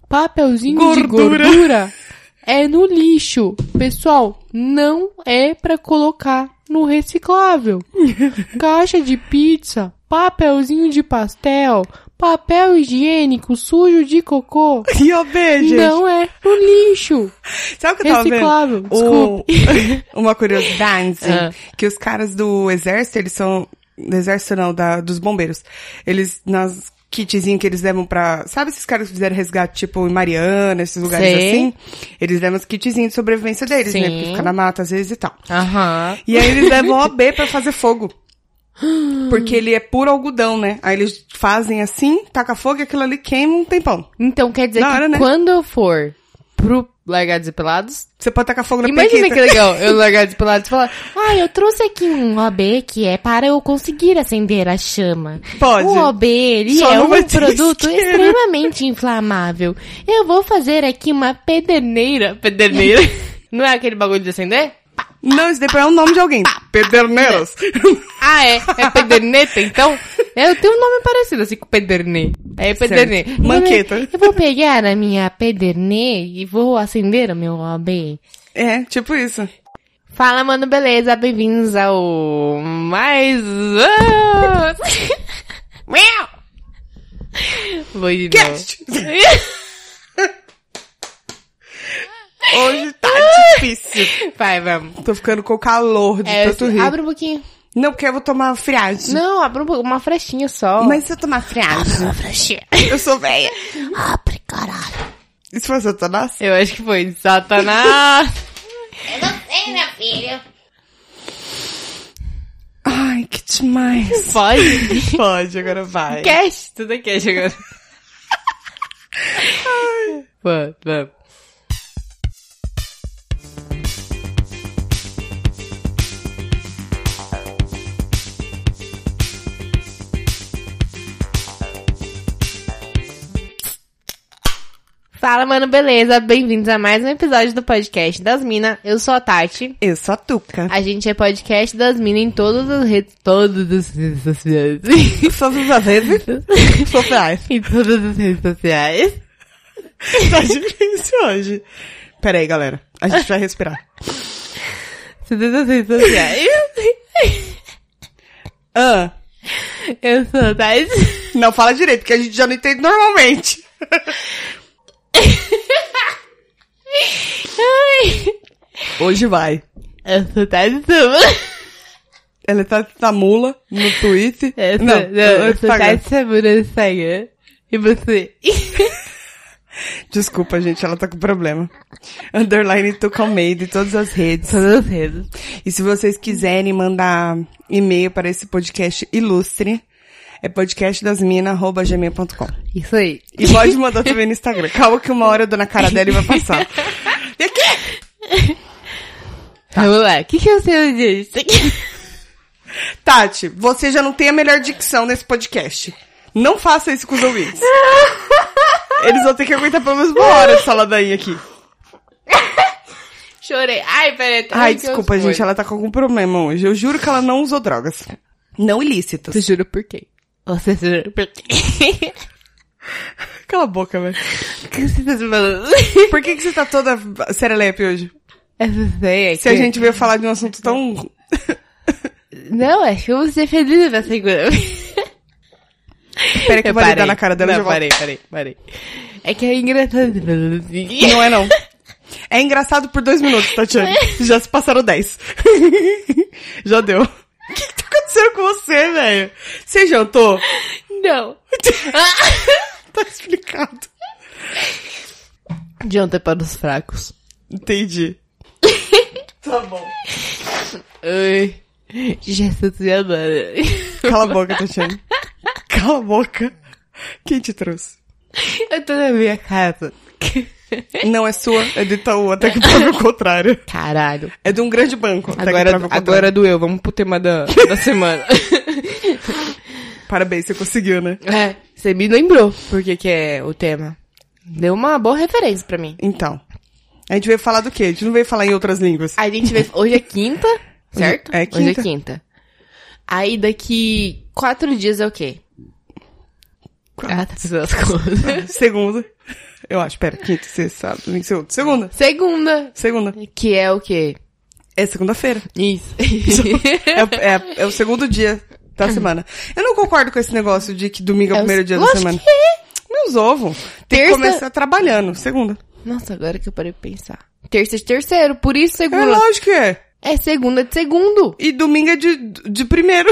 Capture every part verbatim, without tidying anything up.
papelzinho Gordura. de gordura é no lixo. Pessoal, não é pra colocar no reciclável. Caixa de pizza, papelzinho de pastel, papel higiênico sujo de cocô. E O B, gente. Não é no lixo. Sabe o que eu tava Reciclável, vendo? desculpe. O... Uma curiosidade, Ah. que os caras do exército, eles são... Do exército não, da, dos bombeiros. Eles, nas kitzinhos que eles levam pra... Sabe esses caras que fizeram resgate, tipo, em Mariana, esses lugares Sei. assim? Eles levam os kitzinhos de sobrevivência deles, Sim. né? Porque fica na mata às vezes e tal. Aham. E aí eles levam O B pra fazer fogo. Porque ele é puro algodão, né? Aí eles fazem assim, taca fogo e aquilo ali queima um tempão. Então quer dizer Da que hora, né? quando eu for pro Largados e Pelados, Você pode tacar fogo na imagina pequita. que legal, eu Largados e Pelados e falar, ah, eu trouxe aqui um O B que é para eu conseguir acender a chama. Pode. O O B, ele Só é não um vai ter produto isqueiro. extremamente inflamável. Eu vou fazer aqui uma pederneira. Pederneira? Não é aquele bagulho de acender? Não, isso depois é o nome de alguém. Pederneiros. Ah, é? É pederneta, então? Eu tenho um nome parecido, assim, com pedernê. É pedernê. Certo. Manqueta. Eu vou pegar a minha pedernê e vou acender o meu O B. É, tipo isso. Fala, mano, beleza? Bem-vindos ao mais... Miau! Vou de novo. Cast. Hoje tá difícil. Vai, vamos. Tô ficando com calor de É, tanto rir. abre um pouquinho. Não, porque eu vou tomar friagem. Não, abre um pouco, uma frestinha só. Mas se eu tomar friagem, Uma frestinha. eu sou velha. Abre, caralho. Isso foi Satanás? Eu acho que foi Satanás. Eu não sei, meu filho. Ai, que demais. Pode? Pode, agora vai. Cash, tudo é cash agora. Vamos, vamos. Fala, mano, beleza? Bem-vindos a mais um episódio do podcast das Minas. Eu sou a Tati. Eu sou a Tuca. A gente é podcast das Minas em todas as redes, todas as redes sociais. Todas as vezes sociais. Em todas as redes sociais. Tá difícil hoje. Pera aí, galera. A gente vai respirar. Todas as redes sociais. Ah, Eu sou a Tati. não fala direito, porque a gente já não entende normalmente. Ai. Hoje vai. Eu sou a Tati Sama. Ela tá, tá mula no Twitter. Eu sou, não, não, eu no sou a Instagram. Tati Sama no Instagram. E você? Desculpa, gente, ela tá com problema. Underline Tuca Almeida em todas as redes. Todas as redes. E se vocês quiserem mandar e-mail para esse podcast ilustre, é podcastdasmina arroba gmail ponto com. Isso aí. E pode mandar também no Instagram. Calma que uma hora eu dou na cara dela e vai passar. E aqui? Vamos lá. O que que você disse? Tati, você já não tem a melhor dicção nesse podcast. Não faça isso com os ouvintes. Eles vão ter que aguentar pelo menos uma hora de saladainha aqui. Chorei. Ai, peraí. Ai, desculpa, gente, ela tá com algum problema hoje. Eu juro que ela não usou drogas. Não ilícitas. Você jura por quê? Você jura por quê? Cala a boca, velho. O que você tá falando? Por que que você tá toda serelepe hoje? Eu não sei, é Se que... a gente veio falar de um assunto tão... Não, acho que eu vou ser feliz pra segurar. Espera que eu vou dar na cara dela e Não, já volto. parei, parei, parei. É que é engraçado você falando assim. Não é, não. É engraçado por dois minutos, Tatiana. Já se passaram dez. Já deu. O que que tá acontecendo com você, velho? Você jantou? Não. Tá explicado. Janta é para os fracos. Entendi. Tá bom. Ai. Jesus me adora. Cala a boca, Tatiana. Cala a boca. Quem te trouxe? Eu tô na minha casa. Não é sua, é de Itaú, até que prove o contrário. Caralho. É de um grande banco, até que Agora, prove o contrário. agora doeu. Vamos pro tema da, da semana. Parabéns, você conseguiu, né? É, você me lembrou por que que é o tema. Deu uma boa referência pra mim. Então. A gente veio falar do quê? A gente não veio falar em outras línguas. A gente vê... Hoje é quinta, certo? É Hoje é quinta. quinta. Aí daqui quatro dias é o quê? Ah, tá fazendo as contas. Segunda. Eu acho, pera, quinta, sexta, sábado, domingo, segunda. Segunda. Segunda. Segunda. Que é o quê? É segunda-feira. Isso. é, é, é o segundo dia da semana. Eu não concordo com esse negócio de que domingo é o É o- primeiro dia da Lógico semana. que é. Meus ovos. Tem Terça- que começar trabalhando. Segunda. Nossa, agora que eu parei pra pensar. Terça de terceiro, por isso É segunda. lógico que é. É segunda de segundo. E domingo é de, de primeiro.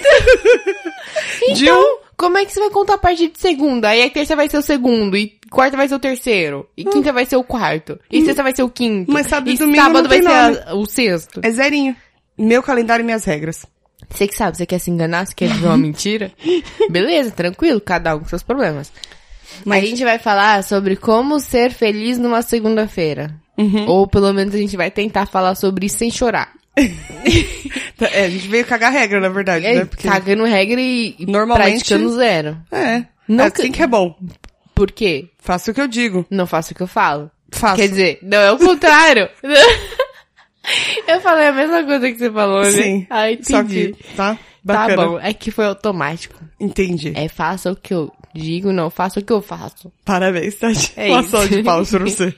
De Então, um. como é que você vai contar a partir de segunda? Aí a terça vai ser o segundo, e quarta vai ser o terceiro, e quinta vai ser o quarto, e sexta vai ser o quinto. Mas sábado e e domingo sábado não vai tem ser a- o sexto. É zerinho. Meu calendário e minhas regras. Você que sabe, você quer se enganar, você quer viver uma mentira? Beleza, tranquilo, cada um com seus problemas. Mas a gente vai falar sobre como ser feliz numa segunda-feira. Uhum. Ou pelo menos a gente vai tentar falar sobre isso sem chorar. É, a gente veio cagar regra, na verdade, É, né? Porque cagando regra e, e Normalmente- praticando zero. é, Não é assim que- que é bom. Por quê? Faça o que eu digo. Não faço o que eu falo. Faça. Quer dizer, não, é o contrário. Eu falei a mesma coisa que você falou, né? Sim. Ah, entendi. Só que, tá? Tá Bacana. bom, é que foi automático. Entendi. É faça o que eu digo, não faça o que eu faço. Parabéns, Tati. É Uma isso. salva de palmas pra você.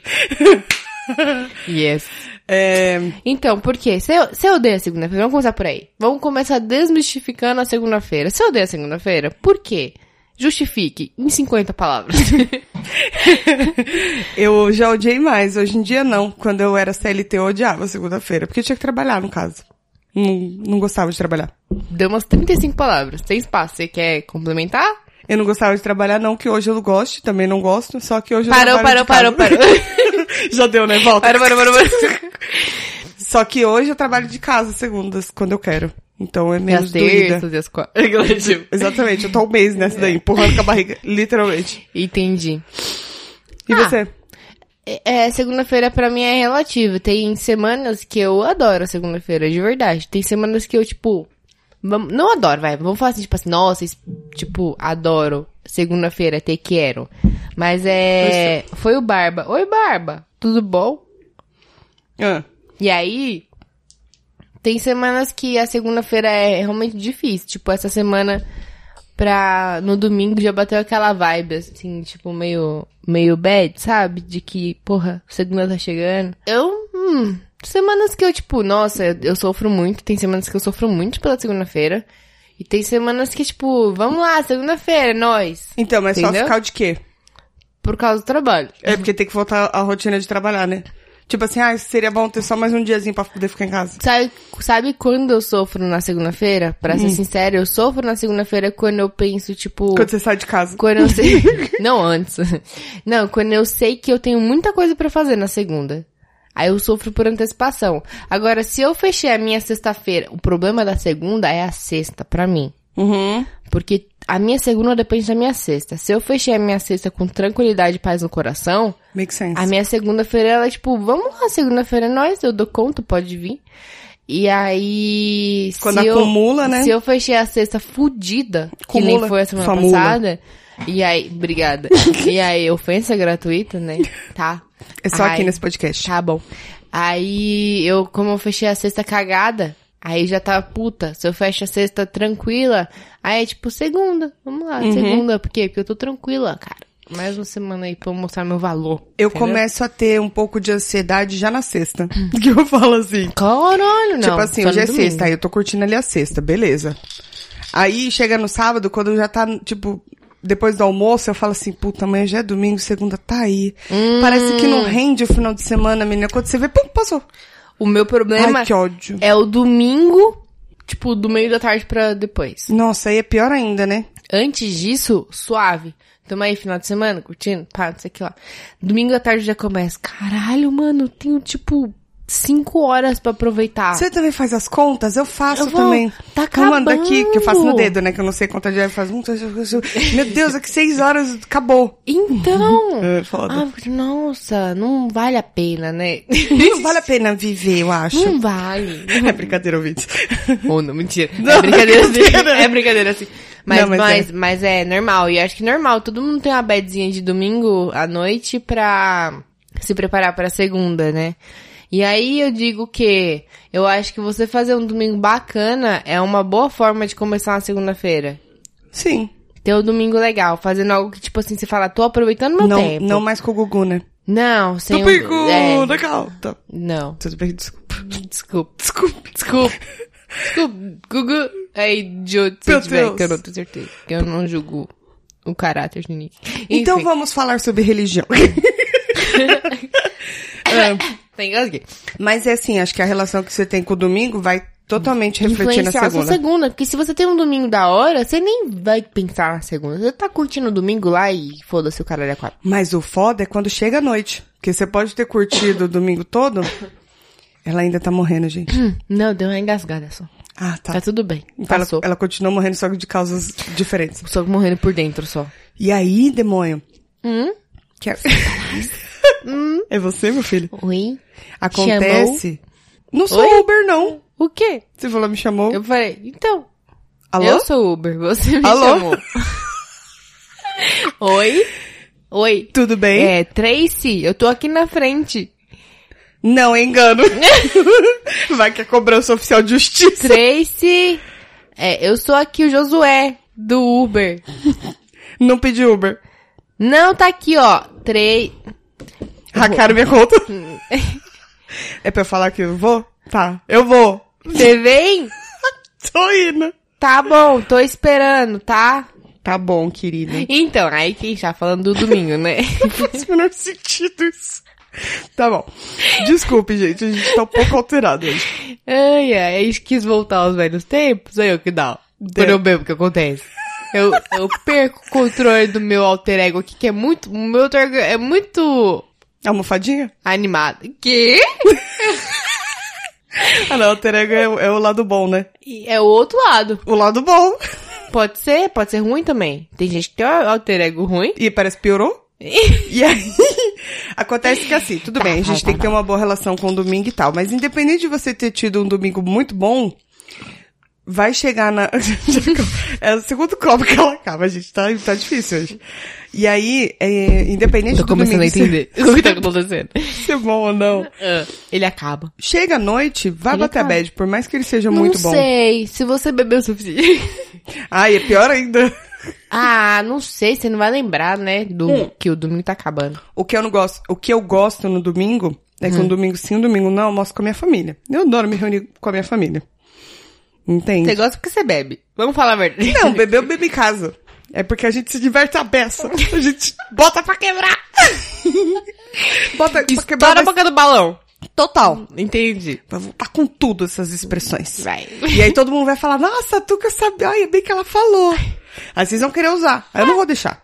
Yes. É, Então, por quê? Você você odeia a segunda-feira? Vamos começar por aí. Vamos começar desmistificando a segunda-feira. Você odeia a segunda-feira? Por quê? Justifique em cinquenta palavras. eu já odiei mais. Hoje em dia, não. Quando eu era C L T, eu odiava segunda-feira. Porque eu tinha que trabalhar, no caso. Não, não gostava de trabalhar. Deu umas trinta e cinco palavras. Tem espaço. Você quer complementar? Eu não gostava de trabalhar, não, que hoje eu gosto, também não gosto, só que hoje eu Parou, trabalho parou, de parou, casa. parou. Já deu, né? Volta. Parou, parou, parou, parou. Só que hoje eu trabalho de casa, segundas, quando eu quero. Então é E menos as doída. terças e as quartas. Exatamente, eu tô um mês nessa daí, empurrando com a barriga, literalmente. Entendi. E Ah. você? É, é, segunda-feira pra mim é relativo. Tem semanas que eu adoro a segunda-feira, de verdade. Tem semanas que eu, tipo... vam- Não adoro, vai. Vamos falar assim, tipo assim, nossa, es- tipo, adoro. Segunda-feira, te quero. Mas é... Foi o Barba. Oi, Barba. Tudo bom? Ah, E aí... Tem semanas que a segunda-feira é realmente difícil. Tipo, essa semana... Pra... No domingo já bateu aquela vibe, assim, tipo, meio... Meio bad, sabe? De que, porra, segunda tá chegando. Eu... Hum... Semanas que eu, tipo, nossa, eu, eu sofro muito. Tem semanas que eu sofro muito pela segunda-feira. E tem semanas que, tipo, vamos lá, segunda-feira, nós. então, mas Entendeu? só ficar de quê? Por causa do trabalho. É porque tem que voltar à rotina de trabalhar, né? Tipo assim, ah, seria bom ter só mais um diazinho pra poder ficar em casa. Sabe, sabe quando eu sofro na segunda-feira? Pra ser sincera, eu sofro na segunda-feira quando eu penso, tipo... Quando você sai de casa. Quando eu sei... Não, antes. Não, quando eu sei que eu tenho muita coisa pra fazer na segunda. Aí eu sofro por antecipação. Agora, se eu fechei a minha sexta-feira... O problema da segunda é a sexta, pra mim. Uhum. Porque a minha segunda depende da minha sexta. Se eu fechei a minha sexta com tranquilidade e paz no coração... Make sense. A minha segunda-feira, ela é tipo, vamos lá, segunda-feira é nós, eu dou conta, pode vir. E aí... Quando se eu- acumula, né? Se eu fechei a sexta fudida, que Acumula. nem foi a semana Famula. passada... E aí, obrigada. E aí, ofensa gratuita, né? Tá. É só aqui Ai, nesse podcast. Tá bom. Aí, eu, como eu fechei a sexta cagada, aí já tava puta. Se eu fecho a sexta tranquila, aí é tipo segunda. Vamos lá, Uhum. segunda. Por quê? Porque eu tô tranquila, cara. Mais uma semana aí pra eu mostrar meu valor. Eu entendeu? começo a ter um pouco de ansiedade já na sexta. Que eu falo assim. Caralho, não. tipo assim, só hoje no é domingo. sexta, aí eu tô curtindo ali a sexta, beleza. Aí chega no sábado, quando já tá, tipo, depois do almoço, eu falo assim, puta, amanhã já é domingo, segunda tá aí. Hum. Parece que não rende o final de semana, menina. Quando você vê, pum, passou. O meu problema Ai, que ódio. é o domingo, tipo, do meio da tarde pra depois. Nossa, aí é pior ainda, né? Antes disso, suave. Tamo aí, final de semana, curtindo, pá, não sei o que lá. Domingo à tarde já começa. Caralho, mano, eu tenho, tipo, cinco horas pra aproveitar. Você também faz as contas? Eu faço Eu vou- também. tá Eu mando aqui, acabando. que eu faço no dedo, né? Que eu não sei contar de faz um... Meu Deus, aqui seis horas, acabou. Então... É foda. ah, porque, nossa, não vale a pena, né? Não vale a pena viver, eu acho. Não vale. É brincadeira, ouvintes. Ou não, mentira. Não, é brincadeira assim. mentira. É brincadeira assim. Mas, Não, mas mas, é. mas é normal. E acho que normal. Todo mundo tem uma badzinha de domingo à noite pra se preparar pra segunda, né? E aí eu digo que eu acho que você fazer um domingo bacana é uma boa forma de começar uma segunda-feira. Sim. ter um domingo legal, fazendo algo que, tipo assim, você fala, tô aproveitando meu não, tempo. Não mais com o Gugu, né? Não, sem Domingo, um... é, legal. Tá. Não. Tudo bem, desculpa. Desculpa. Desculpa. Desculpa. Desculpa. Gugu é idiota se Meu tiver, Deus. que eu não tenho certeza. Que eu não julgo o caráter de ninguém. Então Enfim. vamos falar sobre religião. Tem aqui. Mas é assim, acho que a relação que você tem com o domingo vai totalmente refletir na Influenciar a sua segunda. segunda. Porque se você tem um domingo da hora, você nem vai pensar na segunda. Você tá curtindo o domingo lá e foda-se o caralho a quatro. Mas o foda é quando chega a noite. Porque você pode ter curtido o domingo todo, ela ainda tá morrendo, gente. Não, deu uma engasgada só. Ah, tá. Tá tudo bem. Então ela, Passou. ela continua morrendo só de causas diferentes. Só morrendo por dentro só. E aí, demônio? Hum? Que... É você, meu filho? Oi? Acontece... Não sou Oi? Uber, não. O quê? Você falou, me chamou. Eu falei, então... Alô? Eu sou Uber, você me Alô? chamou. Oi? Oi? Tudo bem? É, Tracy, eu tô aqui na frente. Não, é engano. Vai que é cobrança oficial de justiça. Tracy, é, eu sou aqui o Josué, do Uber. Não pedi Uber. Não, tá aqui, ó. Três. Hackearam minha conta. É pra eu falar que eu vou? Tá, eu vou. Você vem? Tô indo. Tá bom, tô esperando, tá? Tá bom, querida. Então, aí quem está falando do domingo, né? Não faz o menor sentido isso. Tá bom. Desculpe, gente. A gente tá um pouco alterado hoje. Ai, ai, a gente quis voltar aos velhos tempos, aí eu que dá. Deu. Por eu mesmo que acontece. Eu, eu perco o controle do meu alter ego aqui, que é muito, o meu alter ego é muito Almofadinha? animado. Que? Ah, não. O alter ego é, o- é o lado bom, né? E é o outro lado. O lado bom. Pode ser, pode ser ruim também. Tem gente que tem um alter ego ruim. E parece que piorou. E aí, acontece que assim, tudo bem, a gente tem que ter uma boa relação com o domingo e tal, mas independente de você ter tido um domingo muito bom, vai chegar na... É o segundo copo que ela acaba, gente, tá, tá difícil hoje. E aí, é, independente Tô do começando domingo a entender o que tá acontecendo. ser bom ou não, Ah, ele acaba. chega a noite, vai Ele bater a acaba. bad, por mais que ele seja muito não bom. sei, se você bebeu o suficiente. Ai, é pior ainda. Ah, não sei, você não vai lembrar, né, do Hum. que o domingo tá acabando. O que eu não gosto, o que eu gosto no domingo, é que um domingo sim, um domingo não, eu almoço com a minha família. Eu adoro me reunir com a minha família. Entende? Você gosta porque você bebe. Vamos falar a verdade. Não, beber eu bebo em casa. É porque a gente se diverte a beça. A gente bota pra quebrar. Bota pra quebrar. Estoura a mas- boca do balão. Total. Entendi. Vai voltar com tudo essas expressões. Vai. E aí todo mundo vai falar, nossa, a Tuca sabe, olha bem que ela falou. Aí vocês vão querer usar. Aí eu não vou deixar.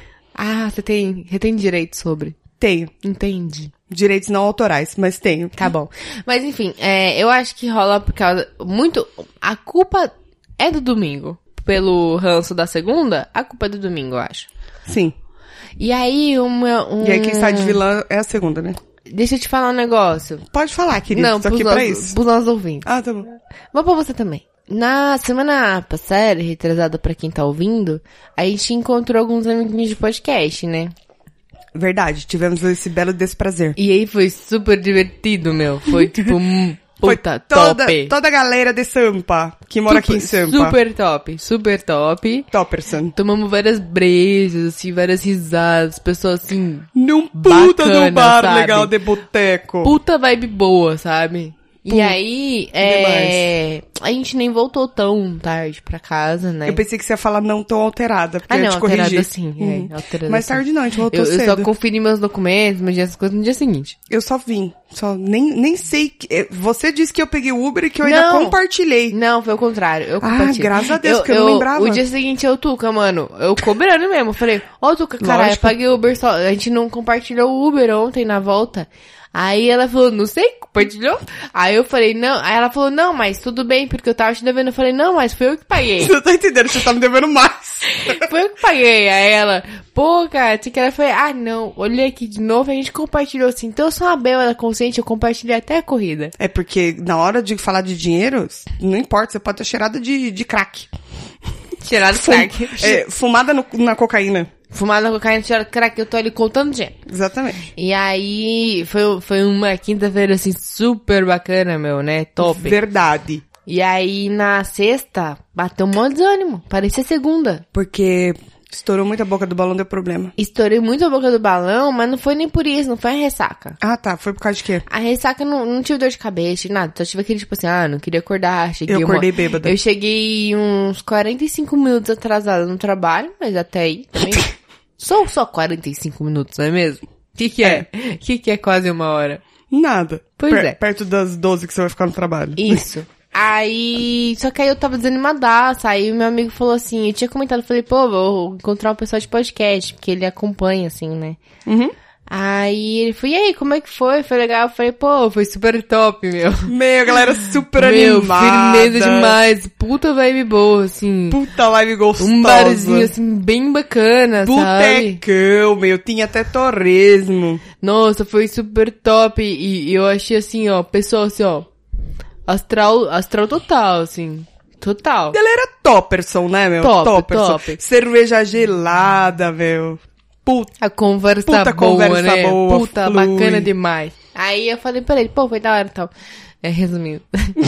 Ah, você tem, você tem direito sobre. Tenho. Entendi. Direitos não autorais, mas tenho. Tá bom. Mas enfim, é, eu acho que rola por causa... Muito... A culpa é do domingo. Pelo ranço da segunda, a culpa é do domingo, eu acho. Sim. E aí, uma... Um... E aí quem sai de vilã é a segunda, né? Deixa eu te falar um negócio. Pode falar, querido. Não, Tô aqui pros pra nossos- isso. pros nossos ouvintes. Ah, tá bom. Vou pra você também. Na semana passada, retrasada pra quem tá ouvindo, a gente encontrou alguns amiguinhos de podcast, né? Verdade, tivemos esse belo desprazer. E aí foi super divertido, meu. Foi tipo, um Foi puta toda, top. toda a galera de Sampa, que mora aqui em Sampa. Super top, super top. Topperson. Tomamos várias brejas, assim, várias risadas, pessoas assim, Num puta Bacana, do bar sabe? legal de boteco. puta vibe boa, sabe? E Puta, aí, é... a gente nem voltou tão tarde pra casa, né? Eu pensei que você ia falar não tão alterada, porque Ah, eu ia não, te corrigir. alterada sim, Uhum. é, alterada Mais sim. tarde não, a gente voltou Eu, eu cedo. só conferi meus documentos, meus dias, essas coisas no dia seguinte. Eu só vim. Só nem, nem sei. que- eh, Você disse que eu peguei o Uber e que eu ainda Não. compartilhei. Não, foi o contrário. Eu Ah, compartilhei. graças a Deus, porque eu não lembrava. O dia seguinte eu, Tuca, mano, eu cobrando mesmo. Eu falei, ó, Tuca, caralho, eu Lógico. paguei o Uber só. A gente não compartilhou o Uber ontem na volta. Aí ela falou, não sei, compartilhou? Aí eu falei, não. Aí ela falou, não, mas tudo bem, porque eu tava te devendo. Eu falei, não, mas foi eu que paguei. Você não tá entendendo, você tá me devendo mais. Foi eu que paguei. Aí ela, pô, cara, tinha que ela foi, ah, não, olhei aqui de novo e a gente compartilhou assim. Então eu sou uma bela consciente, eu compartilhei até a corrida. É porque na hora de falar de dinheiro, não importa, você pode ter cheirado de, de crack. Tirado Fum- crack. é, fumada no- na cocaína. Fumada cocaína, tirado crack, eu tô ali contando dinheiro. Exatamente. E aí, foi, foi uma quinta-feira, assim, super bacana, meu, né? Top. Verdade. E aí, na sexta, bateu um monte de desânimo. Parecia segunda. Porque estourou muito a boca do balão, deu problema. Estourei muito a boca do balão, mas não foi nem por isso, não foi a ressaca. Ah, tá. Foi por causa de quê? A ressaca não, não tive dor de cabeça, nada. Só tive aquele tipo assim, ah, não queria acordar. Cheguei Eu acordei uma... bêbada. Eu cheguei uns quarenta e cinco minutos atrasada no trabalho, mas até aí também... São só quarenta e cinco minutos, não é mesmo? O que que é? O que que é quase uma hora? Nada. Pois Per- é. Perto das doze que você vai ficar no trabalho. Isso. Aí, só que aí eu tava desanimadaça, aí o meu amigo falou assim, eu tinha comentado, eu falei, pô, vou encontrar um pessoal de podcast, porque ele acompanha, assim, né? Uhum. Aí ele falou, e aí, como é que foi? Foi legal? Eu falei, pô, foi super top, meu. Meu, a galera super Meu, animada. firmeza demais, puta vibe boa, assim. Puta live gostosa. Um barzinho, assim, bem bacana, sabe? Botecão, meu. Tinha até torresmo. Nossa, foi super top, e, e eu achei assim, ó, pessoal, assim, ó, astral, astral total, assim, total. Galera topperson, né, meu? Top, Topperson. top. Cerveja gelada, meu. Puta. A conversa Puta boa, conversa né? boa, Puta, flui. bacana demais. Aí eu falei pra ele, pô, foi da hora e tal. É, resumindo.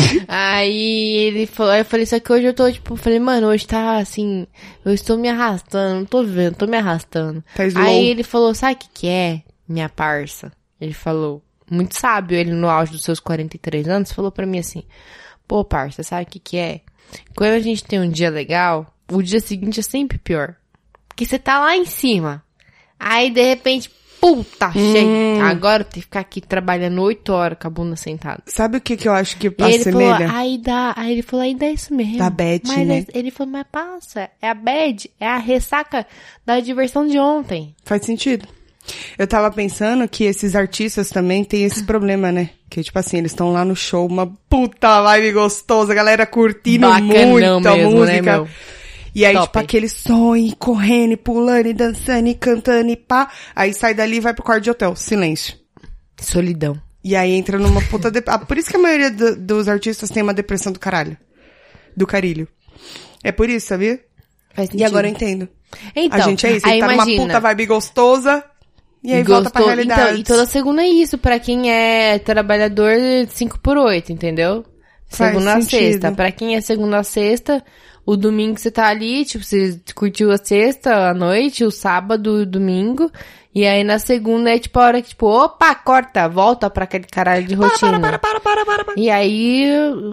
Aí ele falou, aí eu falei, só que hoje eu tô, tipo, falei, mano, hoje tá assim, eu estou me arrastando, não tô vendo, tô me arrastando. Tá slow. Aí ele falou, sabe o que que é, minha parça? Ele falou, muito sábio, ele no auge dos seus quarenta e três anos, falou pra mim assim, pô, parça, sabe o que que é? Quando a gente tem um dia legal, o dia seguinte é sempre pior. Porque você tá lá em cima. Aí, de repente, puta, cheio. Hum. Agora eu tenho que ficar aqui trabalhando oito horas com a bunda sentada. Sabe o que que eu acho que E ele falou, assemelha? aí dá, aí ele falou, aí dá isso mesmo. Da bad, mas né? é- ele falou, mas passa, é a bad, é a ressaca da diversão de ontem. Faz sentido. Eu tava pensando que esses artistas também têm esse problema, né? Que, tipo assim, eles estão lá no show, uma puta vibe gostosa, a galera curtindo Bacanão muito a mesmo, né, música. meu? E aí, Top. tipo, aquele som, e correndo, e pulando, e dançando, e cantando, e pá. Aí sai dali e vai pro quarto de hotel. Silêncio. Solidão. E aí entra numa puta... De... Ah, por isso que a maioria do- dos artistas tem uma depressão do caralho. Do carilho. É por isso, sabia? Faz E sentido. agora eu entendo. Então, a gente é isso, aí ele tá imagina, numa puta vibe gostosa, e aí volta pra gostou- realidade. Então, e toda segunda é isso, pra quem é trabalhador cinco por oito, entendeu? Faz Segunda a sentido. sexta. Pra quem é segunda a sexta, o domingo você tá ali, tipo, você curtiu a sexta, a noite, o sábado, o domingo. E aí na segunda é tipo a hora que, tipo, opa, corta, volta pra aquele caralho de rotina. Para, para, para, para, para. E aí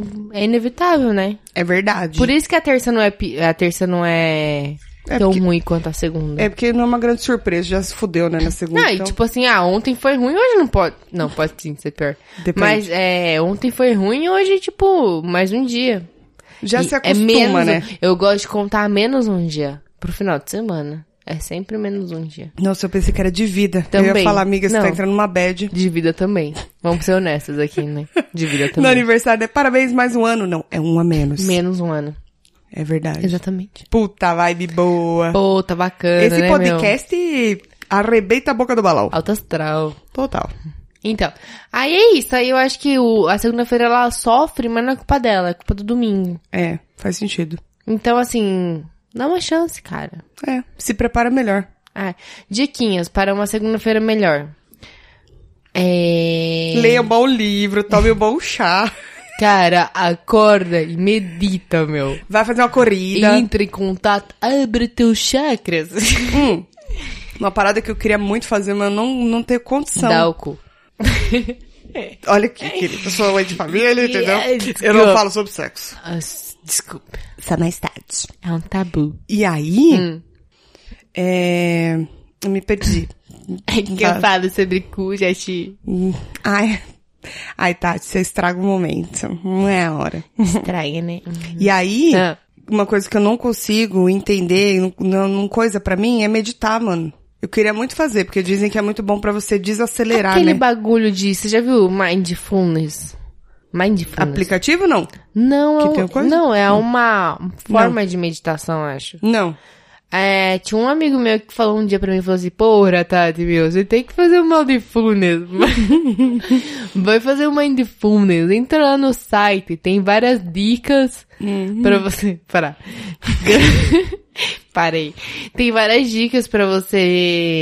é inevitável, né? É verdade. Por isso que a terça não é, pi- a terça não é, É tão porque- ruim quanto a segunda. É porque não é uma grande surpresa, já se fudeu, né, na segunda. Não, então... e tipo assim, ah, ontem foi ruim, hoje não pode. Não, pode sim ser pior. Depende. Mas, é, ontem foi ruim, hoje, tipo, mais um dia. Já E se é acostuma, menos, né? Eu gosto de contar menos um dia pro final de semana. É sempre menos um dia. Nossa, eu pensei que era de vida. Eu Também. ia falar, amiga, você Não. tá entrando numa bad. De vida também. Vamos ser honestas aqui, né? De vida No também. aniversário, né? Parabéns, mais um ano. Não, é um a menos. Menos um ano. É verdade. Exatamente. Puta vibe boa. Pô, tá bacana, Esse né, podcast arrebenta a boca do balão. meu? Alto astral. Total. Então, aí é isso. Aí eu acho que o, a segunda-feira ela sofre, mas não é culpa dela, é culpa do domingo. É, faz sentido. Então, assim, dá uma chance, cara. É, se prepara melhor. Ah, diquinhas para uma segunda-feira melhor. É... Leia um bom livro, tome um bom chá. Cara, acorda e medita, meu. Vai fazer uma corrida. Entra em contato, abre teus chakras. Hum, uma parada que eu queria muito fazer, mas eu não, não tenho condição. Dá o cu. Olha aqui, querido. Eu sou mãe de família, entendeu? Yes, Eu não go. falo sobre sexo. Ah, s- desculpa. Só mais tarde. É um tabu. E aí, Hum. é... Eu me perdi. É que eu falo sobre cu, já te Hum, Ai, ai, Tati, você estraga o momento. Não é a hora. estraga, né? E aí, Ah. uma coisa que eu não consigo entender, não, não, não coisa pra mim, é meditar, mano. Eu queria muito fazer, porque dizem que é muito bom pra você desacelerar, Aquele né? bagulho de... Você já viu Mindfulness? Mindfulness. Aplicativo, não? Não, Que é um- tem uma coisa? não, é uma forma de meditação, acho. Não. É, tinha um amigo meu que falou um dia pra mim, falou assim, porra, Tati, meu, você tem que fazer um mindfulness. Vai fazer um mindfulness. Entra lá no site, tem várias dicas Uhum. pra você... Parar. Parei. Tem várias dicas pra você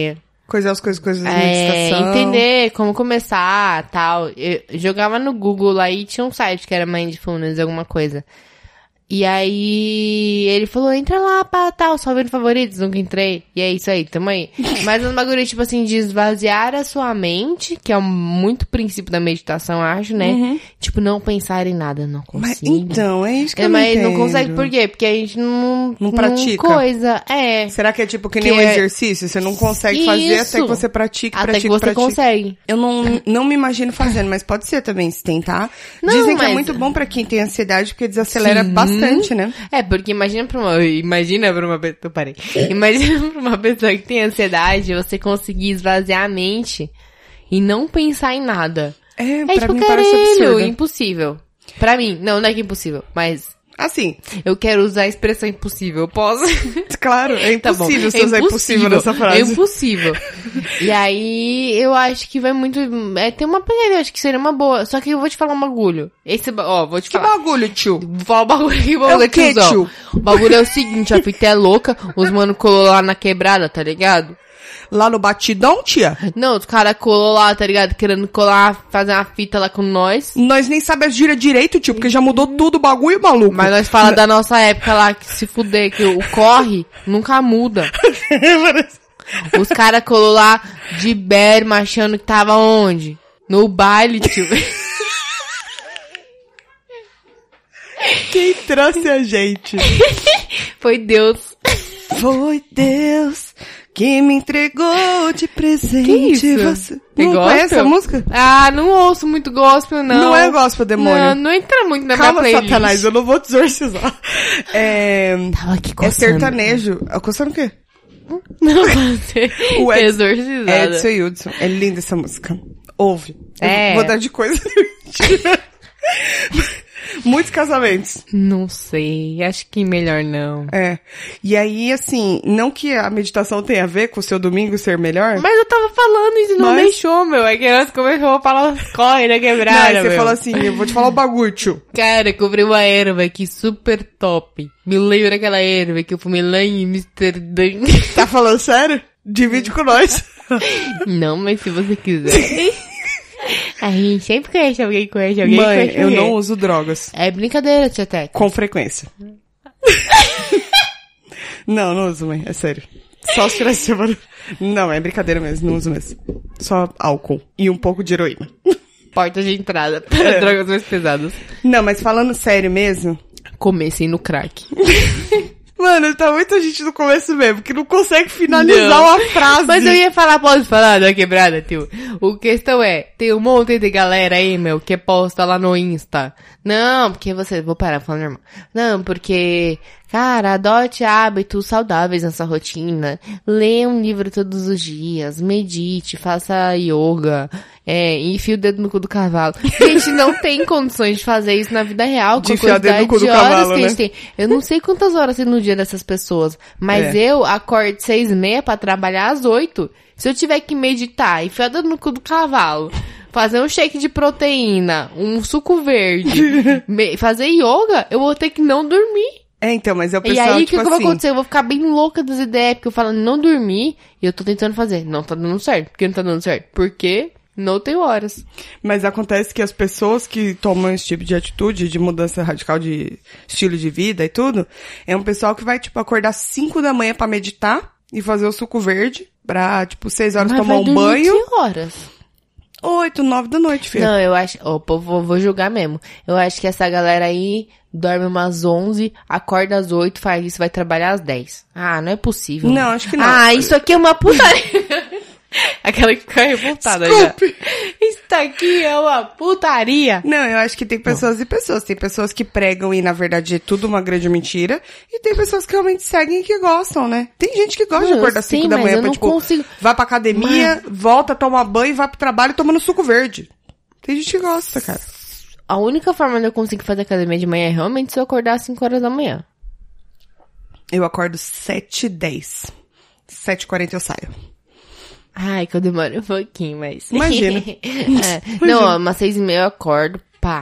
Coisar as coisas, coisas da É, meditação. entender como começar, tal. Eu jogava no Google lá e tinha um site que era Mindfulness, alguma coisa. E aí, ele falou, entra lá, pá, tal, só vendo favoritos, nunca entrei. E é isso aí, tamo aí. Mas um bagulho, tipo assim, de esvaziar a sua mente, que é um, muito princípio da meditação, acho, né? Uhum. Tipo, não pensar em nada, não Mas, consigo. então, é isso que É, eu não mas entendo. não consegue, por quê? Porque a gente não... Não pratica. coisa, é. Será que é tipo que nem Que um é- exercício? Você não consegue fazer até Isso. que você pratique, Até pratique, que você pratique. consegue. Eu não, não me imagino fazendo, mas pode ser também, se tentar. Não, Dizem que é mas- muito bom pra quem tem ansiedade, porque desacelera Sim. bastante, né? É, porque imagina pra uma... Imagina pra uma pessoa... Parei. Imagina pra uma pessoa que tem ansiedade, você conseguir esvaziar a mente e não pensar em nada. É, É pra tipo, mim parece caralho, absurdo. impossível. Pra mim, não, não é que é impossível, mas Assim, eu quero usar a expressão impossível, eu posso? claro, é Tá bom. impossível você É usar impossível nessa frase. É impossível. E aí, eu acho que vai muito... É, tem uma pegada, eu acho que seria uma boa. Só que eu vou te falar um bagulho. Esse, ba- ó, vou te Que falar. bagulho, tio? Vou falar o bagulho aqui, É bagulho o quê, tiozão. tio? O bagulho é o seguinte, a fita é louca, os mano colou lá na quebrada, tá ligado? Lá no batidão, tia? Não, os caras colou lá, tá ligado? Querendo colar, fazer uma fita lá com nós. Nós nem sabemos as gírias direito, tio, porque já mudou tudo o bagulho, maluco. Mas nós fala da nossa época lá, que se fuder, que o corre nunca muda. Os caras colou lá de berma, achando que tava onde? No baile, tio. Quem trouxe a gente? Foi Deus. Foi Deus que me entregou de presente. Que isso? Você É não gospel? conhece a música? Ah, não ouço muito gospel, não. Não é gospel, demônio. Não, não entra muito na Calma, minha playlist. Satanás, eu não vou te exorcizar. É, Tava aqui é coçando. sertanejo. Ah, coçando o quê? Não, você O Ed- exorcizada. Edson Hudson. É linda essa música. Ouve. Eu É. Vou dar de coisa. Muitos casamentos. Não sei, acho que melhor não. É. E aí, assim, não que a meditação tenha a ver com o seu domingo ser melhor. Mas eu tava falando e não Mas- deixou, meu. É que nós começou a falar corre na Não, quebrada, aí você meu. fala assim, eu vou te falar o bagulho, tio. Cara, comprei uma erva aqui super top. Me lembro daquela erva que eu fumei lá em Amsterdã. Tá falando sério? Divide com nós. Não, mas se você quiser. A gente sempre conhece alguém que conhece alguém que Mãe, conhece eu alguém. não uso drogas. É brincadeira, tia Tec. Com frequência. Não, não uso, mãe. É sério. Só os finais de semana. Não, é brincadeira mesmo. Não uso mesmo. Só álcool. E um pouco de heroína. Porta de entrada para É. drogas mais pesadas. Não, mas falando sério mesmo... Comecei no crack. Mano, tá muita gente no começo mesmo, que não consegue finalizar Não. uma frase. Mas eu ia falar, posso falar da quebrada, tio? O questão é, tem um monte de galera aí, meu, que posta lá no Insta. Não, porque você... Vou parar falando normal. Não, porque... Cara, adote hábitos saudáveis nessa rotina. Lê um livro todos os dias. Medite, faça yoga. É, enfia o dedo no cu do cavalo. Gente, não tem condições de fazer isso na vida real. De Com a enfiar o dedo no quantidade cu do de horas cavalo, que a gente né? tem. Eu não sei quantas horas tem no dia dessas pessoas. Mas É. eu acordo seis e meia pra trabalhar às oito. Se eu tiver que meditar, enfiar o dedo no cu do cavalo, fazer um shake de proteína, um suco verde, me- fazer yoga, eu vou ter que não dormir. É, então, mas é o E pessoal, aí, o tipo que, que vai assim... acontecer? Eu vou ficar bem louca das ideias, porque eu falo não dormir, e eu tô tentando fazer. Não tá dando certo. Por que não tá dando certo? Porque não tenho horas. Mas acontece que as pessoas que tomam esse tipo de atitude, de mudança radical de estilo de vida e tudo, é um pessoal que vai, tipo, acordar cinco da manhã pra meditar e fazer o suco verde, pra, tipo, seis horas Mas tomar vai um dormir banho, que horas? oito, nove da noite, filho. Não, eu acho... Ó, pô, vou, vou julgar mesmo. Eu acho que essa galera aí dorme umas onze, acorda às oito, faz isso, vai trabalhar às dez. Ah, não é possível. Não, acho que não. Ah, isso aqui é uma putaria. Aquela que fica revoltada Desculpe. já. Isso aqui é uma putaria. Não, eu acho que tem pessoas e pessoas. Tem pessoas que pregam e, na verdade, é tudo uma grande mentira. E tem pessoas que realmente seguem e que gostam, né? Tem gente que gosta Não, de eu acordar sei, cinco da mas manhã eu pra, não tipo, consigo. vai pra academia, volta, toma banho, vai pro trabalho tomando suco verde. Tem gente que gosta, cara. A única forma de eu conseguir fazer academia de manhã é realmente se eu acordar às cinco horas da manhã. Eu acordo sete e dez. sete e quarenta eu saio. Ai, que eu demoro um pouquinho, mas... Imagina. É. Não, ó, umas seis e meia eu acordo, pá.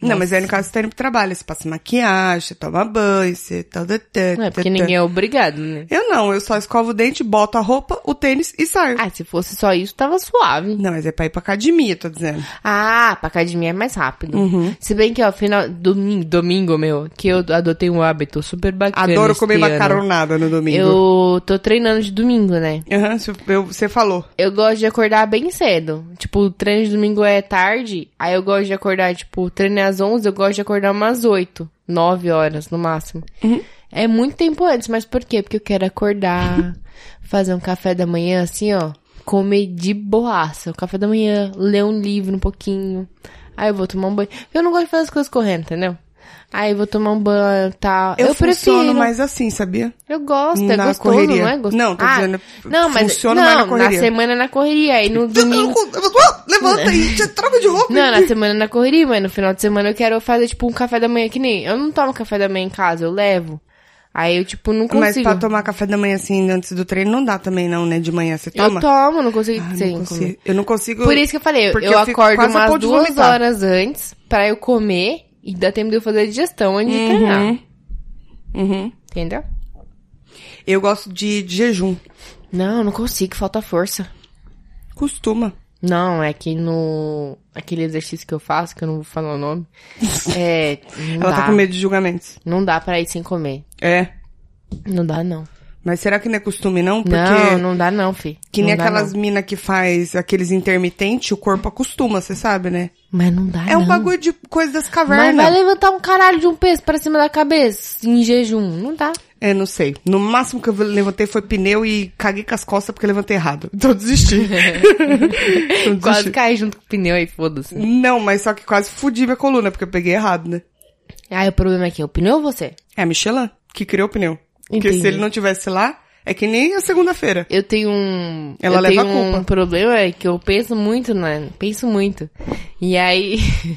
Não, mas aí no caso você tá indo pro trabalho, você passa maquiagem, você toma banho, você... Tá, tá, tá, Não é porque tá, ninguém é obrigado, né? Eu não, eu só escovo o dente, boto a roupa, o tênis e saio. Ah, se fosse só isso, tava suave. Não, mas é pra ir pra academia, tô dizendo. Ah, pra academia é mais rápido. Uhum. Se bem que, ó, final, domingo, domingo, meu, que eu adotei um hábito super bacana. Adoro este comer ano. macaronada no domingo. Eu tô treinando de domingo, né? Aham, você- eu- você falou. Eu gosto de acordar bem cedo. Tipo, o treino de domingo é tarde. Aí eu gosto de acordar, tipo, o treino é às onze, eu gosto de acordar umas oito, nove horas no máximo. Uhum. É muito tempo antes, mas por quê? Porque eu quero acordar, fazer um café da manhã assim, ó. Comer de boaça. O café da manhã, ler um livro um pouquinho. Aí eu vou tomar um banho. Eu não gosto de fazer as coisas correndo, entendeu? Aí eu vou tomar um banho e tal. Eu, Eu, funciono prefiro. mais assim, sabia? Eu gosto, é Na gostoso, correria. não é gostoso? Não, tô dizendo, não, mas, funciona não, mais na correria. semana é na correria, aí no domingo... Levanta aí, já troca de roupa. Não, na semana é na correria, mas no final de semana eu quero fazer, tipo, um café da manhã que nem... Eu não tomo café da manhã em casa, eu levo. Aí eu, tipo, não Mas consigo. pra tomar café da manhã assim, antes do treino, não dá também não, né? De manhã, você Eu toma? tomo, não consigo Ah, sem não consigo. comer. Eu não consigo... Por isso que eu falei, porque eu, eu fico acordo quase a umas ponto de duas vomitar. horas antes pra eu comer e dá tempo de eu fazer a digestão antes de treinar. Uhum. Uhum. Entendeu? Eu gosto de, de jejum. Não, não consigo, falta força. Costuma. Não, é que no... Aquele exercício que eu faço, que eu não vou falar o nome, é... Não Ela dá. tá com medo de julgamentos. Não dá pra ir sem comer. É. Não dá, não. Mas será que não é costume, não? Porque Não, não dá não, fi. que Não nem dá, aquelas não. minas que faz aqueles intermitentes, o corpo acostuma, você sabe, né? Mas não dá, É um não. bagulho de coisa das Mas cavernas. vai levantar um caralho de um peso pra cima da cabeça em jejum. Não dá. É, não sei. No máximo que eu levantei foi pneu e caguei com as costas porque eu levantei errado. Então eu desisti. Eu Quase desisti. caí junto com o pneu aí, foda-se. Não, mas só que quase fudi minha coluna, porque eu peguei errado, né? Aí o problema é que o pneu ou você? É a Michelin que criou o pneu. Porque Entendi. se ele não tivesse lá, é que nem a segunda-feira. Eu tenho um... Ela eu leva tenho a culpa. um problema é que eu penso muito, né? Penso muito. E aí...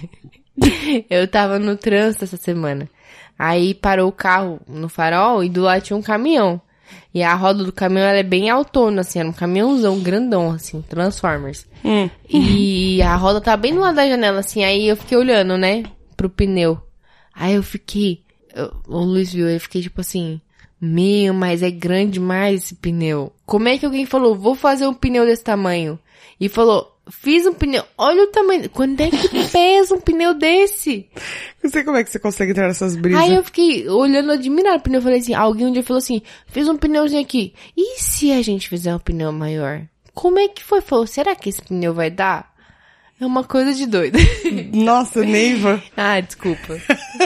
eu tava no trânsito essa semana. Aí parou o carro no farol e do lado tinha um caminhão. E a roda do caminhão, ela é bem autona, assim. Era um caminhãozão grandão, assim. Transformers. Hum. E a roda tava bem do lado da janela, assim. Aí eu fiquei olhando, né? Pro pneu. Aí eu fiquei... eu- o Luiz viu, eu fiquei tipo assim... Meu, mas é grande demais esse pneu. Como é que alguém falou, vou fazer um pneu desse tamanho? E falou, fiz um pneu, olha o tamanho. Quando é que pesa um pneu desse? Não sei como é que você consegue entrar nessas brisas. Aí eu fiquei olhando admirado o pneu. Eu falei assim, alguém um dia falou assim, fiz um pneuzinho aqui. E se a gente fizer um pneu maior? Como é que foi? Falou, será que esse pneu vai dar? É uma coisa de doido. Nossa, Neiva. Ah, desculpa.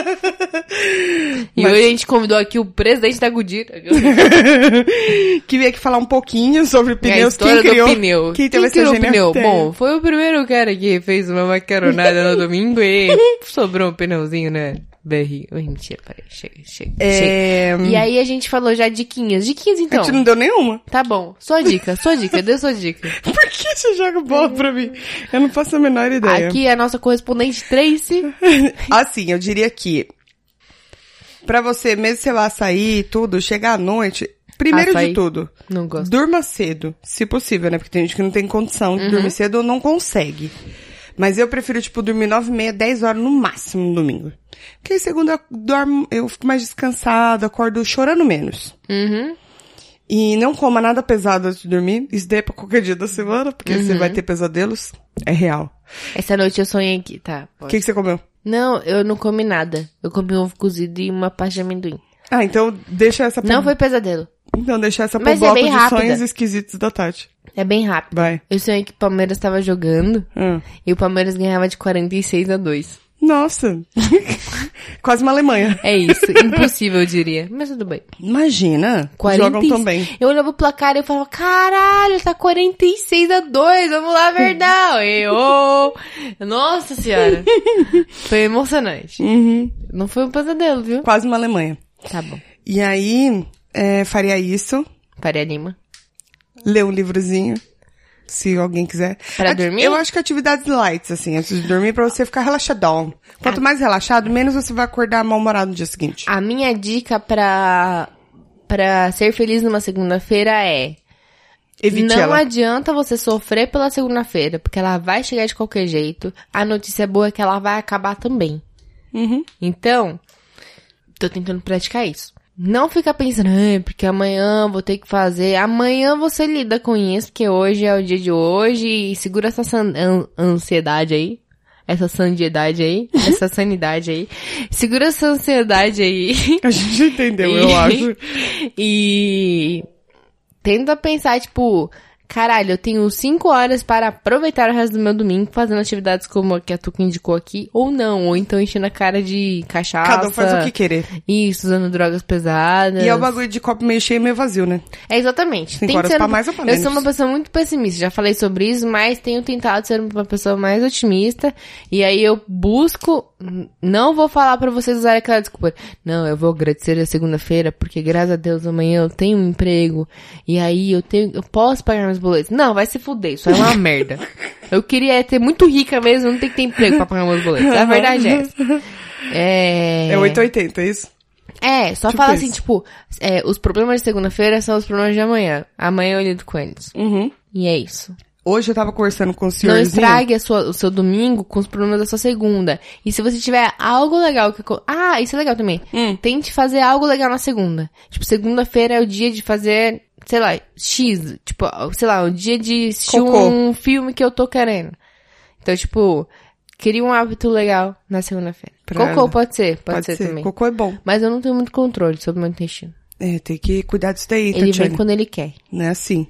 E Mas- hoje a gente convidou aqui o presidente da Goodyear. Que veio aqui falar um pouquinho sobre É a pneus. história Quem criou? do pneu. Quem teve essa criou o genial pneu? ideia? Bom, foi o primeiro cara que fez uma macaronada no domingo e sobrou um pneuzinho, né? Berri. Ui, mentira, peraí. Chega, chega, É... chega. E aí a gente falou já diquinhas. Diquinhas A então. gente não deu nenhuma. Tá bom. Sua dica, sua dica. Dê sua dica. Por que você joga bola pra mim? Eu não faço a menor ideia. Aqui é a nossa correspondente Tracy. Assim, eu diria que pra você, mesmo se você vai sair e tudo, chegar à noite, primeiro Açaí. de tudo, Não gosto. durma cedo, se possível, né? Porque tem gente que não tem condição de Uhum. dormir cedo ou não consegue. Mas eu prefiro, tipo, dormir nove e meia, dez horas no máximo no domingo. Porque aí segunda eu dormo, eu fico mais descansada, acordo chorando menos. Uhum. E não coma nada pesado antes de dormir. Isso daí é pra qualquer dia da semana, porque você Uhum. vai ter pesadelos. É real. Essa noite eu sonhei aqui. Tá, O pode. que, que você comeu? Não, eu não comi nada. Eu comi um ovo cozido e uma pasta de amendoim. Ah, então deixa essa pro... Não foi pesadelo. Então deixa essa pro Mas é bloco bem de rápida. sonhos esquisitos da Tati. É bem rápido. Vai. Eu sonhei que o Palmeiras tava jogando Ah. e o Palmeiras ganhava de quarenta e seis a dois. Nossa. Quase uma Alemanha. É isso. Impossível, eu diria. Mas tudo bem. Imagina. quarenta Jogam e seis. tão bem. Eu olhava o placar e eu falava, caralho, tá quarenta e seis a dois, vamos lá, Verdão. Eu... Nossa senhora. Foi emocionante. Uhum. Não foi um pesadelo, viu? Quase uma Alemanha. Tá bom. E aí, é, faria isso. Faria Lima. Ler um livrozinho. Se alguém quiser. Pra Ati- dormir? Eu acho que atividades lights, assim, antes de dormir, pra você ficar relaxadão. Quanto Ah. mais relaxado, menos você vai acordar mal-humorado no dia seguinte. A minha dica pra, pra ser feliz numa segunda-feira é... Evite não ela. adianta você sofrer pela segunda-feira, porque ela vai chegar de qualquer jeito. A notícia boa é que ela vai acabar também. Uhum. Então, tô tentando praticar isso. Não fica pensando, ah, porque amanhã vou ter que fazer. Amanhã você lida com isso, porque hoje é o dia de hoje. E segura essa san- an- ansiedade aí. Essa sanidade aí. Essa sanidade aí. Segura essa ansiedade aí. A gente já entendeu, E- eu acho. E tenta pensar, tipo, caralho, eu tenho cinco horas para aproveitar o resto do meu domingo fazendo atividades como a que a Tuca indicou aqui, ou não, ou então enchendo a cara de cachaça. Cada um faz o que querer. Isso, usando drogas pesadas. E é o bagulho de copo meio cheio e meio vazio, né? É, exatamente. Cinco Tem que horas ser pra uma- mais ou pra Eu menos. sou uma pessoa muito pessimista, já falei sobre isso, mas tenho tentado ser uma pessoa mais otimista. E aí eu busco, não vou falar pra vocês usarem aquela desculpa. Não, eu vou agradecer a segunda-feira, porque graças a Deus amanhã eu tenho um emprego. E aí eu tenho, eu posso pagar meus boletos. Não, vai se fuder, isso é uma merda. Eu queria ter muito rica mesmo, não ter que ter emprego pra pagar meus boletos. A verdade é essa. É... É oito e oitenta, é isso? É, só Tipo fala isso. assim, tipo, é, os problemas de segunda-feira são os problemas de amanhã. Amanhã eu lido com eles. Uhum. E é isso. Hoje eu tava conversando com o Não senhorzinho. estrague a sua, o seu domingo com os problemas da sua segunda. E se você tiver algo legal que... co- Ah, isso é legal também. Hum. Tente fazer algo legal na segunda. Tipo, segunda-feira é o dia de fazer, sei lá, X. Tipo, sei lá, o dia de assistir Cocô. um filme que eu tô querendo. Então, tipo, queria um hábito legal na segunda-feira. Pra- Cocô pode ser, pode, Pode ser, ser. também. Cocô é bom. Mas eu não tenho muito controle sobre o meu intestino. É, tem que cuidar disso daí, Ele Tatiane. vem quando ele quer. Não é assim.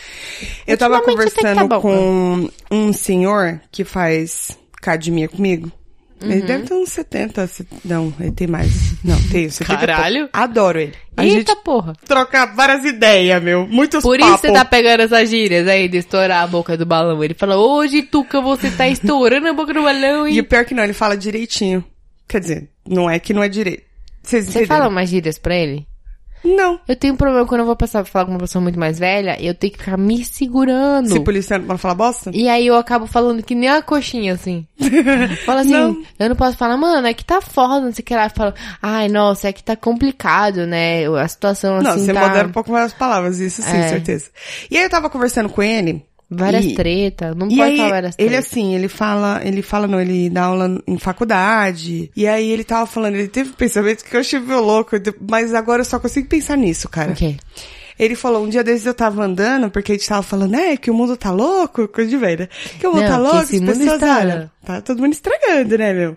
Eu tava Ultimamente até que conversando tá bom. com um senhor que faz academia comigo. Ele Uhum. deve ter uns setenta, se- não, ele tem mais. Não, tem setenta. e Caralho. pouco. Adoro ele. A Eita gente porra. troca várias ideias, meu. Muitos Por papos. isso você tá pegando essas gírias aí de estourar a boca do balão. Ele fala, hoje, Tuca, você tá estourando a boca do balão, E hein? o pior que não, ele fala direitinho. Quer dizer, não é que não é direito. Vocês Você entenderam? fala umas gírias pra ele? Não. Eu tenho um problema quando eu vou passar pra falar com uma pessoa muito mais velha, eu tenho que ficar me segurando. Se policiando pra não falar bosta? E aí eu acabo falando que nem a coxinha, assim. Fala assim, Não. eu não posso falar, mano, é que tá foda, não sei o que lá. Eu falo, ai, nossa, é que tá complicado, né? A situação assim Não, você tá... modera um pouco mais as palavras, isso sim, É. certeza. E aí eu tava conversando com ele. Várias e... tretas, não E pode aí, falar várias ele tretas. assim, ele fala, ele fala não, ele dá aula em faculdade, e aí ele tava falando, ele teve pensamentos que eu achei meio louco, mas agora eu só consigo pensar nisso, cara. O quê? Ele falou, um dia desses eu tava andando, porque a gente tava falando, é, que o mundo tá louco, coisa de velha. Que o mundo Não, tá que louco, esse as mundo pessoas, está- olha, tá todo mundo estragando, né, meu?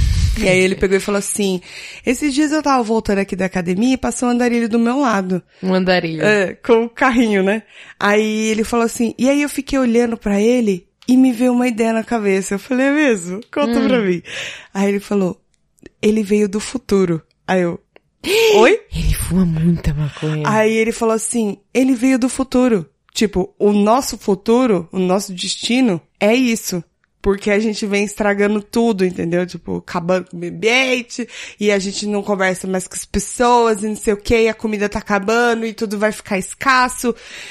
E aí ele pegou e falou assim, esses dias eu tava voltando aqui da academia e passou um andarilho do meu lado. Um andarilho. É, com o carrinho, né? Aí ele falou assim, e aí eu fiquei olhando pra ele e me veio uma ideia na cabeça. Eu falei, é mesmo? Conta Hum. pra mim. Aí ele falou, ele veio do futuro. Aí eu, oi? Ele fuma muita maconha. Aí ele falou assim, ele veio do futuro. Tipo, o nosso futuro, o nosso destino é isso. Porque a gente vem estragando tudo, entendeu? Tipo, acabando com o ambiente, e a gente não conversa mais com as pessoas, e não sei o quê, e a comida tá acabando, e tudo vai ficar escasso.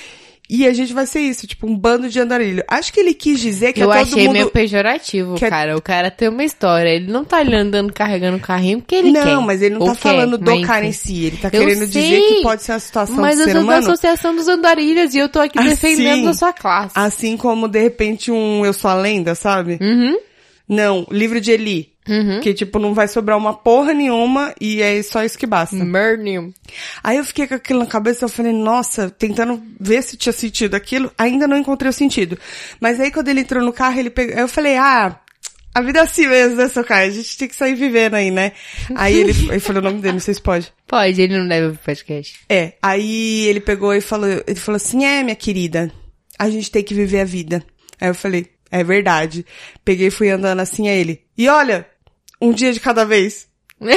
E a gente vai ser isso, tipo, um bando de andarilho. Acho que ele quis dizer que Eu é todo achei mundo... meio pejorativo, que é- cara. O cara tem uma história. Ele não tá ali andando carregando o carrinho porque ele quer. Não, mas ele não Ou tá quer, falando do mas cara em enfim. si. Ele tá Eu querendo dizer sei, que pode ser a situação Mas do eu ser sou humano. da Associação dos Andarilhas e eu tô aqui Assim- defendendo a sua classe. Assim como, de repente, um Eu Sou a Lenda, sabe? Uhum. Não, livro de Eli. Uhum. Que, tipo, não vai sobrar uma porra nenhuma e é só isso que basta. Murnium. Aí eu fiquei com aquilo na cabeça, eu falei, nossa, tentando ver se tinha sentido aquilo, ainda não encontrei o sentido. Mas aí quando ele entrou no carro, ele pegou, eu falei, ah, a vida é assim mesmo, né, seu cara? A gente tem que sair vivendo aí, né? Aí ele, ele falou o nome dele, não sei se pode. Pode, ele não deve ouvir podcast. É, aí ele pegou e falou, ele falou assim, é, minha querida, a gente tem que viver a vida. Aí eu falei, é verdade. Peguei e fui andando assim a ele. E olha, um dia de cada vez.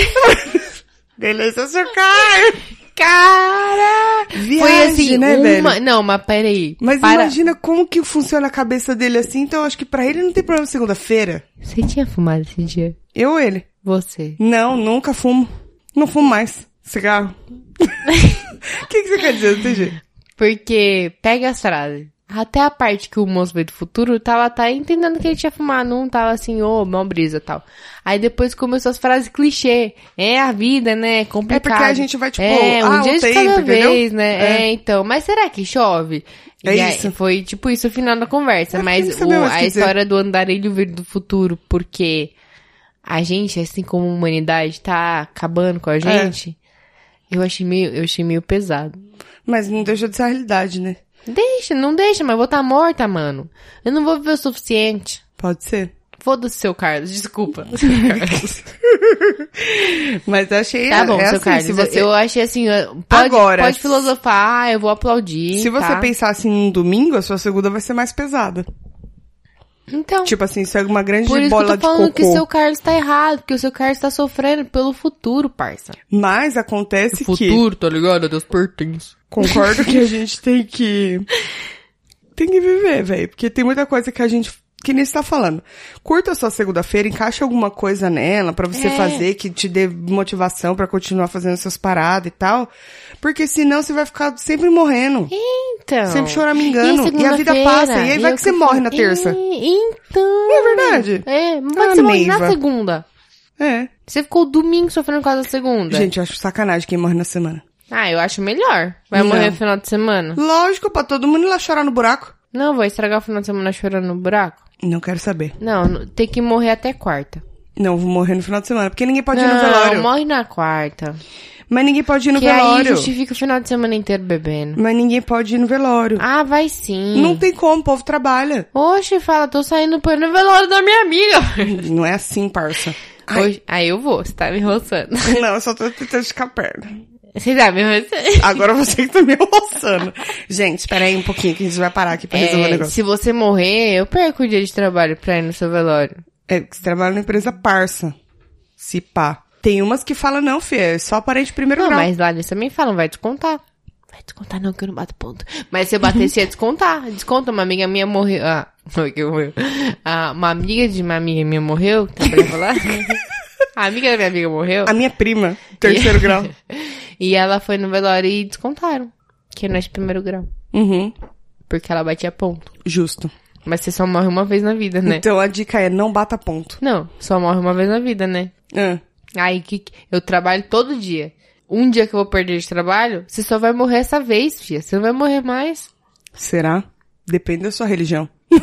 Beleza, seu Caio. Cara! Viagem, Foi assim, né, uma... velho? Não, mas peraí. Mas Para... imagina como que funciona a cabeça dele assim, então eu acho que pra ele não tem problema segunda-feira. Você tinha fumado esse dia? Eu ou ele? Você. Não, nunca fumo. Não fumo mais. Cigarro. O que, que você quer dizer? Não tem jeito. Porque, pega as frases. Até a parte que o moço veio do futuro, tava até entendendo que ele tinha fumado, não tava assim, ô, oh, mó brisa e tal. Aí depois começou as frases clichê. É a vida, né? É complicado. É porque a gente vai, tipo, é, um ah, dia o de tempo, cada entendeu? vez, né? É. É. então. Mas será que chove? É E aí, isso. foi tipo isso o final da conversa. É, mas tem que saber o, mais o a que dizer. história do andarilho vir do futuro, porque a gente, assim como a humanidade, tá acabando com a gente, é. eu, achei meio, eu achei meio pesado. Mas não deixa de ser a realidade, né? Deixa, não deixa, mas eu vou estar morta, mano. Eu não vou viver o suficiente. Pode ser. Foda-se, seu Carlos, desculpa. Seu Carlos. Mas eu achei... Tá bom, é seu assim, Carlos, se você... eu achei assim, pode, Agora, pode filosofar, eu vou aplaudir, se você tá? pensar assim, num domingo, a sua segunda vai ser mais pesada. Então, Tipo assim, isso é uma grande por isso bola que eu tô falando de cocô. que o seu Carlos tá errado, porque o seu Carlos tá sofrendo pelo futuro, parça. Mas acontece O futuro, que... tá ligado? Deus pertence. Concordo que a gente tem que... Tem que viver, velho. Porque tem muita coisa que a gente... Que nem você tá falando. Curta a sua segunda-feira, encaixa alguma coisa nela pra você É. fazer que te dê motivação pra continuar fazendo suas paradas e tal. Porque senão você vai ficar sempre morrendo. Então. Sempre choramingando. E, e a vida passa. E aí vai eu que você que morre falo, na terça. É, então. Não é verdade? É, mas Ah, você morre na Neiva. segunda. É. Você ficou o domingo sofrendo por causa da segunda. Gente, eu acho sacanagem quem morre na semana. Ah, eu acho melhor. Vai Não. morrer no final de semana. Lógico, pra todo mundo ir lá chorar no buraco. Não, vou estragar o final de semana chorando no buraco. Não quero saber. Não, n- tem que morrer até quarta. Não, vou morrer no final de semana. Porque ninguém pode ir no Não, velório. morre na quarta. Mas ninguém pode ir no Que aí velório. justifica o final de semana inteiro bebendo. Mas ninguém pode ir no velório. Ah, vai sim. Não tem como, o povo trabalha. Oxe, fala, tô saindo pra ir no velório da minha amiga. Não é assim, parça. Ai. Hoje, aí eu vou, você tá me roçando. Não, eu só tô tentando esticar a perna. Você tá me roçando. Agora você que tá me roçando. Gente, espera aí um pouquinho que a gente vai parar aqui pra resolver o É, negócio. se você morrer, eu perco o dia de trabalho pra ir no seu velório. É, que você trabalha na empresa parça. Se pá. Tem umas que falam, não, filha, é só parente de primeiro Não, grau. mas lá eles também falam, vai descontar. Vai descontar não, que eu não bato ponto. Mas se eu batesse, ia descontar. Desconta, uma amiga minha morreu. Ah, foi que morreu. Ah, uma amiga de uma amiga minha morreu, que trabalhava lá. A amiga da minha amiga morreu. A minha prima, terceiro grau. E ela foi no velório e descontaram. Que não é de primeiro grau. Uhum, Porque ela batia ponto. justo. Mas você só morre uma vez na vida, né? Então a dica é, não bata ponto. Não, só morre uma vez na vida, né? Ah, Aí que que- eu trabalho todo dia. Um dia que eu vou perder de trabalho, você só vai morrer essa vez, filha. Você não vai morrer mais. será? Depende da sua religião.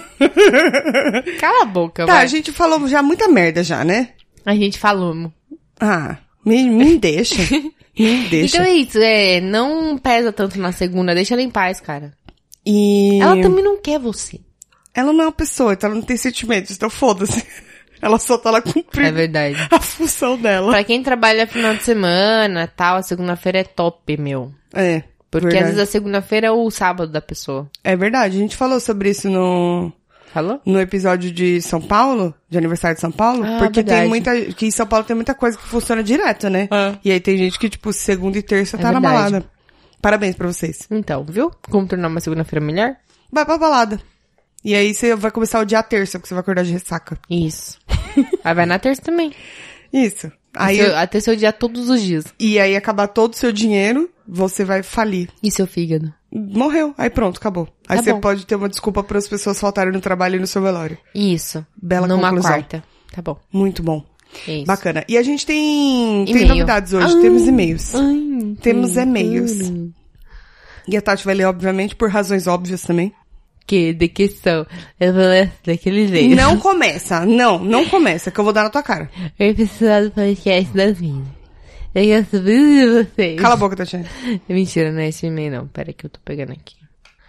Cala a boca, Tá, vai. a gente falou já muita merda já, né? A gente falou. mo. Ah, me, me deixa. Me deixa. Então é isso, é, não pesa tanto na segunda, deixa ela em paz, cara. E... Ela também não quer você. Ela não é uma pessoa, então ela não tem sentimentos, então foda-se. Ela só tá lá É cumprindo verdade. a função dela. Pra quem trabalha final de semana, tal, a segunda-feira é top, meu. É, Porque verdade. às vezes a segunda-feira é o sábado da pessoa. É verdade, a gente falou sobre isso no, Falou? no episódio de São Paulo, de aniversário de São Paulo, Ah, porque verdade. tem muita, que em São Paulo tem muita coisa que funciona direto, né? É. E aí tem gente que, tipo, segunda e terça É tá na verdade. balada. Parabéns pra vocês. Então, viu? Como tornar uma segunda-feira melhor? Vai pra balada. E aí você vai começar o dia terça, porque você vai acordar de ressaca. Isso. Aí vai na terça também. Isso. Aí, Seu- até seu dia todos os dias. e aí acabar todo o seu dinheiro, você vai falir. E seu fígado? Morreu. Aí pronto, acabou. Aí Tá você bom. pode ter uma desculpa para as pessoas faltarem no trabalho e no seu velório. Isso. Bela Numa conclusão. quarta. Tá bom. Muito bom. É isso. Bacana. E a gente tem, tem E-mail. novidades hoje. Ah, Temos e-mails. Ai, Temos que e-mails. bacana. E a Tati vai ler, obviamente, por razões óbvias também. Que, de que são? Eu vou ler daquele jeito. Não começa. Não, não começa, que eu vou dar na tua cara. Eu precisar do podcast das minhas. Eu quero saber de vocês. Cala a boca, Tatiana. Mentira, não é esse e-mail não. Pera que eu tô pegando aqui.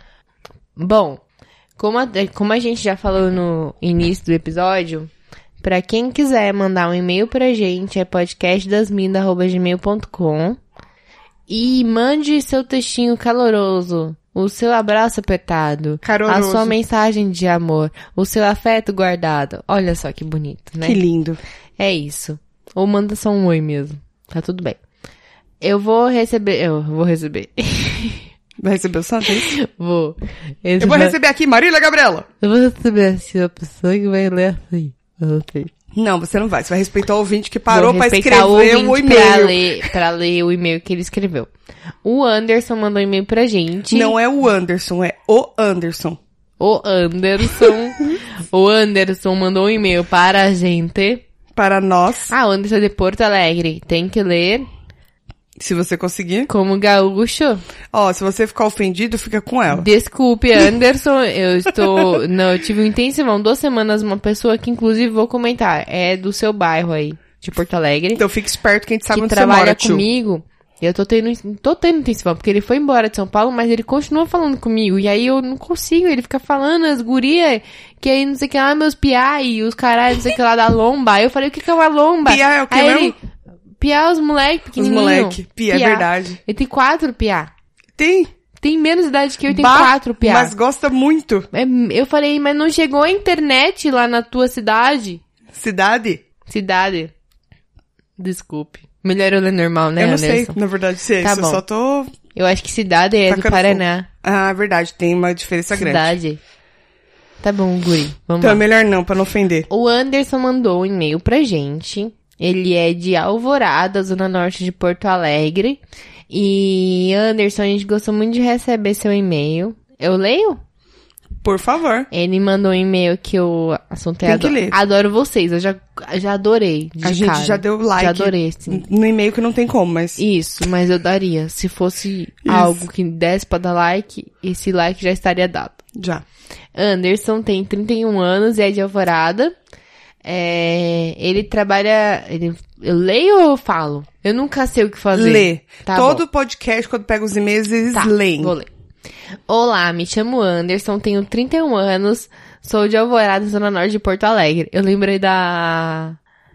Bom, como a, como a gente já falou no início do episódio, pra quem quiser mandar um e-mail pra gente, é podcastdasminas arroba gmail ponto com e mande seu textinho caloroso, o seu abraço apertado, Caroroso. a sua mensagem de amor, o seu afeto guardado. Olha só que bonito, né? Que lindo. É isso. Ou manda só um oi mesmo. Tá tudo bem. Eu vou receber... Eu vou receber. Vai receber o santo, é isso? vou. Eu vou receber aqui Marília Gabriela. Eu vou receber assim, a pessoa que vai ler assim. Eu sei. Não, você não vai. Você vai respeitar o ouvinte que parou Vou pra respeitar escrever o o ouvinte pra e-mail. ler, pra ler o e-mail que ele escreveu. O Anderson mandou um e-mail pra gente. Não é o Anderson, é o Anderson. O Anderson. O Anderson mandou um e-mail para a gente. Para nós. Ah, o Anderson é de Porto Alegre. Tem que ler. Se você conseguir. Como gaúcho. Ó, se você ficar ofendido, fica com ela. Desculpe, Anderson, eu estou... Não, eu tive um intensivão, duas semanas, uma pessoa que, inclusive, vou comentar, é do seu bairro aí, de Porto Alegre. Então fique esperto que a gente sabe que onde trabalha você mora, tio. comigo. Eu tô tendo, tô tendo intensivão, porque ele foi embora de São Paulo, mas ele continua falando comigo. E aí eu não consigo, ele fica falando as gurias, que aí não sei o que lá, meus piá e os caralhos, não sei o que lá da lomba. Aí eu falei, o que que é uma lomba? Piá é o que aí mesmo? ele, piá os moleque Os pequenininho. moleque. Piá, é verdade. Ele tem quatro piá. Tem. Tem menos idade que eu e tem Bah, quatro piá. Mas gosta muito. É, eu falei, mas não chegou a internet lá na tua cidade? Cidade? Cidade. Desculpe. Melhor eu ler normal, né, eu não Anderson? sei, na verdade, se é Tá isso. bom. Eu só tô... Eu acho que cidade é do Tacando Paraná. Ah, é verdade. Tem uma diferença grande. Cidade. Tá bom, guri. Vamos Então é lá. melhor não, pra não ofender. O Anderson mandou um e-mail pra gente. Ele é de Alvorada, zona norte de Porto Alegre. E, Anderson, a gente gostou muito de receber seu e-mail. Eu leio? Por favor. Ele mandou um e-mail que o assunto é Tem que ado- ler. Adoro vocês. Eu já, já adorei. de A gente cara. já deu like. Já adorei, sim. No e-mail que não tem como, mas... Isso, mas eu daria. Se fosse algo que desse pra dar like, esse like já estaria dado. Já. Anderson tem trinta e um anos e é de Alvorada. É, ele trabalha... Ele, eu leio ou eu falo? Eu nunca sei o que fazer. Lê. Tá Todo bom. podcast, quando pega os e-mails, eles Tá, leem. vou ler. Olá, me chamo Anderson, tenho trinta e um anos, sou de Alvorada, zona norte de Porto Alegre. Eu lembrei da...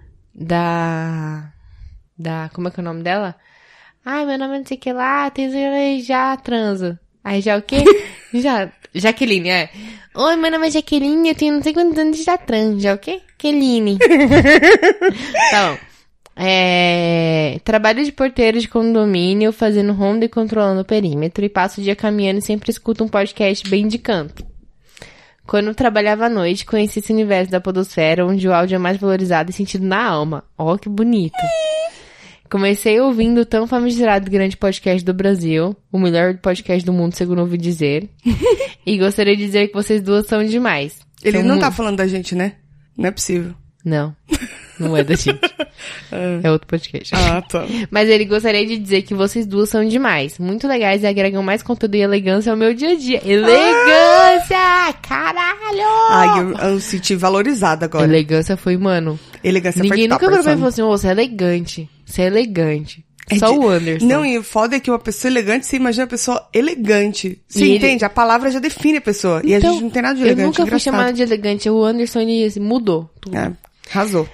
Da... Da... Como é que é o nome dela? Ai, meu nome é não sei o que lá, tem já transo. Aí já o quê? já... Jaqueline, é. Oi, meu nome é Jaqueline, eu tenho não sei quantos anos de já trans. Já o quê? Jaqueline. Tá bom. É... Trabalho de porteiro de condomínio, fazendo ronda e controlando o perímetro, e passo o dia caminhando e sempre escuto um podcast bem de canto. Quando eu trabalhava à noite, conheci esse universo da podosfera, onde o áudio é mais valorizado e sentido na alma. Ó, que bonito. Comecei ouvindo o tão famigerado grande podcast do Brasil, o melhor podcast do mundo, segundo ouvi dizer. E gostaria de dizer que vocês duas são demais. Ele São não mu- tá falando da gente, né? Não é possível. Não, não é da gente. É outro podcast. Ah, tá. Mas ele gostaria de dizer que vocês duas são demais. Muito legais e agregam mais conteúdo e elegância ao meu dia a dia. Elegância! Caralho! Ai, eu, eu senti valorizada agora. Elegância foi, mano. Elegância Ninguém foi nunca topper, virou pra mim e sabe? falou assim, "Ô, você é elegante. Você é elegante. É Só de- o Anderson. Não, e o foda é que uma pessoa elegante, você imagina uma pessoa elegante. Você E ele- entende? A palavra já define a pessoa. e a Então, gente não tem nada de eu elegante. nunca fui engraçado. chamada de elegante. O Anderson, ele assim, mudou tudo. É, arrasou.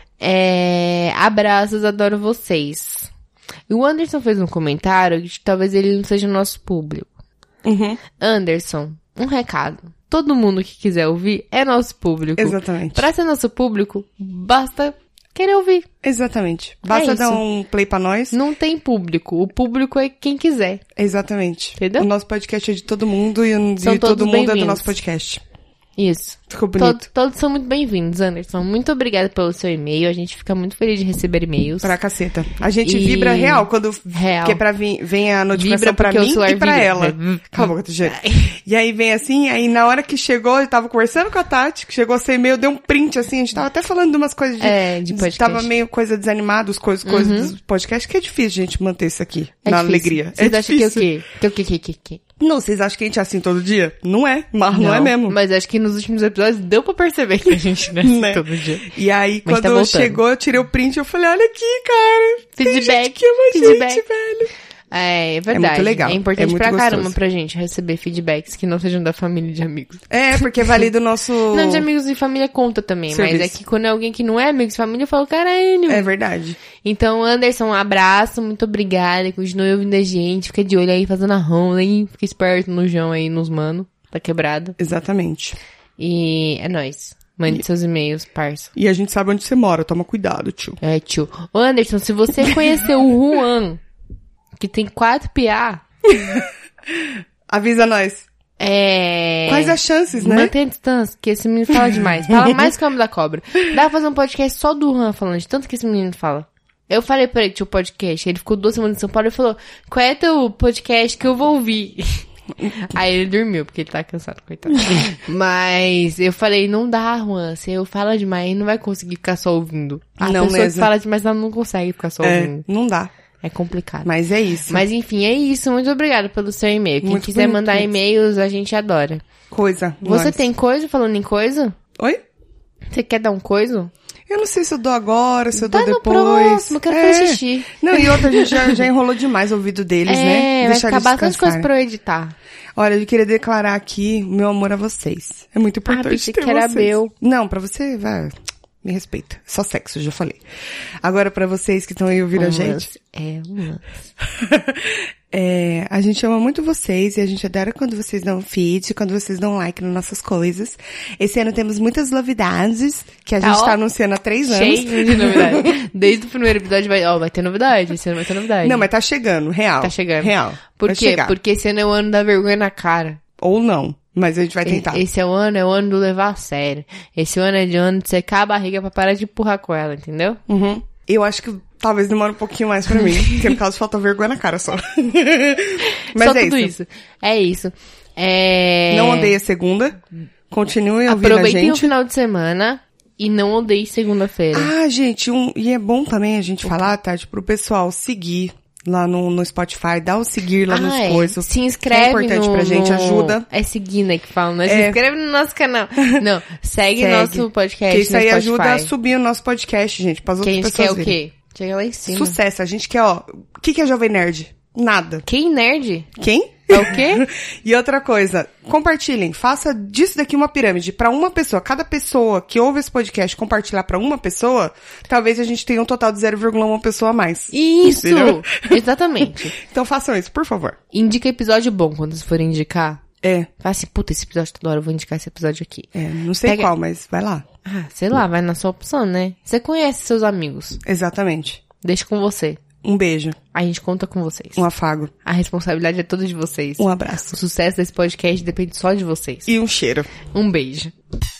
É, abraços, adoro vocês. E o Anderson fez um comentário que talvez ele não seja o nosso público. Uhum. Anderson, um recado. Todo mundo que quiser ouvir é nosso público. Exatamente. Pra ser nosso público, basta querer ouvir. Exatamente. Basta É dar isso. um play pra nós. Não tem público. O público é quem quiser. Exatamente. Entendeu? O nosso podcast é de todo mundo e, o- São e todo todos mundo é do bem-vindos. nosso podcast. Isso. Ficou bonito. Todos, todos são muito bem-vindos, Anderson. Muito obrigada pelo seu e-mail. A gente fica muito feliz de receber e-mails. Pra caceta. A gente E- vibra real quando Real. que é pra vir, vem a notificação Vibra pra porque o mim celular e pra vibra. ela. É. Cala a boca, Tijera. E aí vem assim, aí na hora que chegou, eu tava conversando com a Tati, que chegou sem e-mail, deu um print assim, a gente tava até falando de umas coisas de... É, de podcast. Tava meio coisa desanimada, as coisas, coisas do podcast, que é difícil a gente manter isso aqui, É na difícil. alegria. Vocês é acham difícil. que é o quê? Que é o quê? Que, que, que? Não, vocês acham que a gente é assim todo dia? Não é, mas não, é mesmo. Mas acho que nos últimos episódios deu pra perceber que a gente não é assim Né? todo dia. E aí, Mas quando tá voltando. chegou, eu tirei o print e eu falei, olha aqui, cara. Tem Feedback, gente que ama a feedback. gente, velho. É, é verdade. É muito legal. É importante É muito pra gostoso. caramba pra gente receber feedbacks que não sejam da família e de amigos. É, porque valida o nosso... Não, de amigos e família conta também, Serviço. mas é que quando é alguém que não é amigo de família, eu falo, caralho. É verdade. Então, Anderson, um abraço, muito obrigada, continue ouvindo a gente, fica de olho aí, fazendo a ronda aí, fica esperto no João aí, nos mano, tá quebrado. Exatamente. E é nóis. Mande seus e-mails, parça. E a gente sabe onde você mora, toma cuidado, tio. É, tio. Ô, Anderson, se você conheceu o Juan, que tem quatro P A, Avisa nós. é... Quais as chances, né? Mantenha a distância, que esse menino fala demais. Fala mais que o homem da cobra. Dá pra fazer um podcast só do Juan falando de tanto que esse menino fala. Eu falei pra ele que tinha o podcast, ele ficou duas semanas em São Paulo e falou, qual é teu podcast que eu vou ouvir? Aí ele dormiu, porque ele tá cansado, coitado. Mas eu falei, não dá, Juan, se eu falo demais, ele não vai conseguir ficar só ouvindo. A Não pessoa mesmo. que fala demais, ela não consegue ficar só É, ouvindo. não dá. É complicado. Mas é isso. Mas enfim, é isso. Muito obrigada pelo seu e-mail. Quem Muito quiser bonito mandar isso. e-mails, a gente adora. Coisa. Você nós. tem coisa falando em coisa? Oi? Você quer dar um coisa? Eu não sei se eu dou agora, se eu Dá dou no depois. próximo, eu quero é. fazer xixi. Não, e outra, a gente já, já enrolou demais o ouvido deles, é, né? vai Deixar ficar eles bastante coisa descansarem. pra eu editar. Olha, eu queria declarar aqui o meu amor a vocês. É muito importante pensei ter que era vocês. meu. Não, pra você, vai, me respeita. Só sexo, eu já falei. Agora, pra vocês que estão aí ouvindo a Um gente. lance. É, um lance. É, a gente ama muito vocês e a gente adora quando vocês dão feed, quando vocês dão like nas nossas coisas. Esse ano temos muitas novidades que a Tá, gente ó, tá anunciando há três anos. Cheio de novidade. Desde o primeiro episódio vai, ó, vai ter novidade. Esse ano vai ter novidade. Não, mas tá chegando, real. Tá chegando. Real. Por Vai quê? chegar. Porque esse ano é o ano da vergonha na cara. Ou não, mas a gente vai E- tentar. Esse é o ano, é o ano do levar a sério. Esse ano é de ano de secar a barriga pra parar de empurrar com ela, entendeu? Uhum. Eu acho que talvez demore um pouquinho mais pra mim, porque no caso falta vergonha na cara só. Mas Só é tudo isso. isso. É isso. É... Não odeie a segunda. Continuem ouvindo a Aproveitem o gente. final de semana e não odeie segunda-feira. Ah, gente, um, e é bom também a gente falar, Tati, pro pessoal seguir lá no, no Spotify, dá o seguir lá nos é. coisas. Se inscreve que é importante no, pra gente, no- ajuda. É seguir, né, que falam, né? Se É. inscreve no nosso canal. Não, segue, Segue. nosso podcast Que isso no aí Spotify. ajuda a subir o nosso podcast, gente, pras Que a outras gente quer pessoas o verem. quê? Chega lá em cima. Sucesso, a gente quer, ó, o que que é Jovem Nerd? Nada. Quem nerd? Quem? É o quê? E outra coisa, compartilhem, faça disso daqui uma pirâmide pra uma pessoa. Cada pessoa que ouve esse podcast compartilhar pra uma pessoa, talvez a gente tenha um total de zero vírgula um pessoa a mais. Isso! Entendeu? Exatamente. Então façam isso, por favor. Indica episódio bom quando vocês forem indicar. É, Fala assim, puta, esse episódio toda hora, eu vou indicar esse episódio aqui. é, não sei Pega- qual, mas vai lá. Ah, sei lá, vai na sua opção, né? Você conhece seus amigos. Exatamente. Deixa com você. Um beijo, A gente conta com vocês. um afago, A responsabilidade é toda de vocês. um abraço O sucesso desse podcast depende só de vocês. e um cheiro. Um beijo.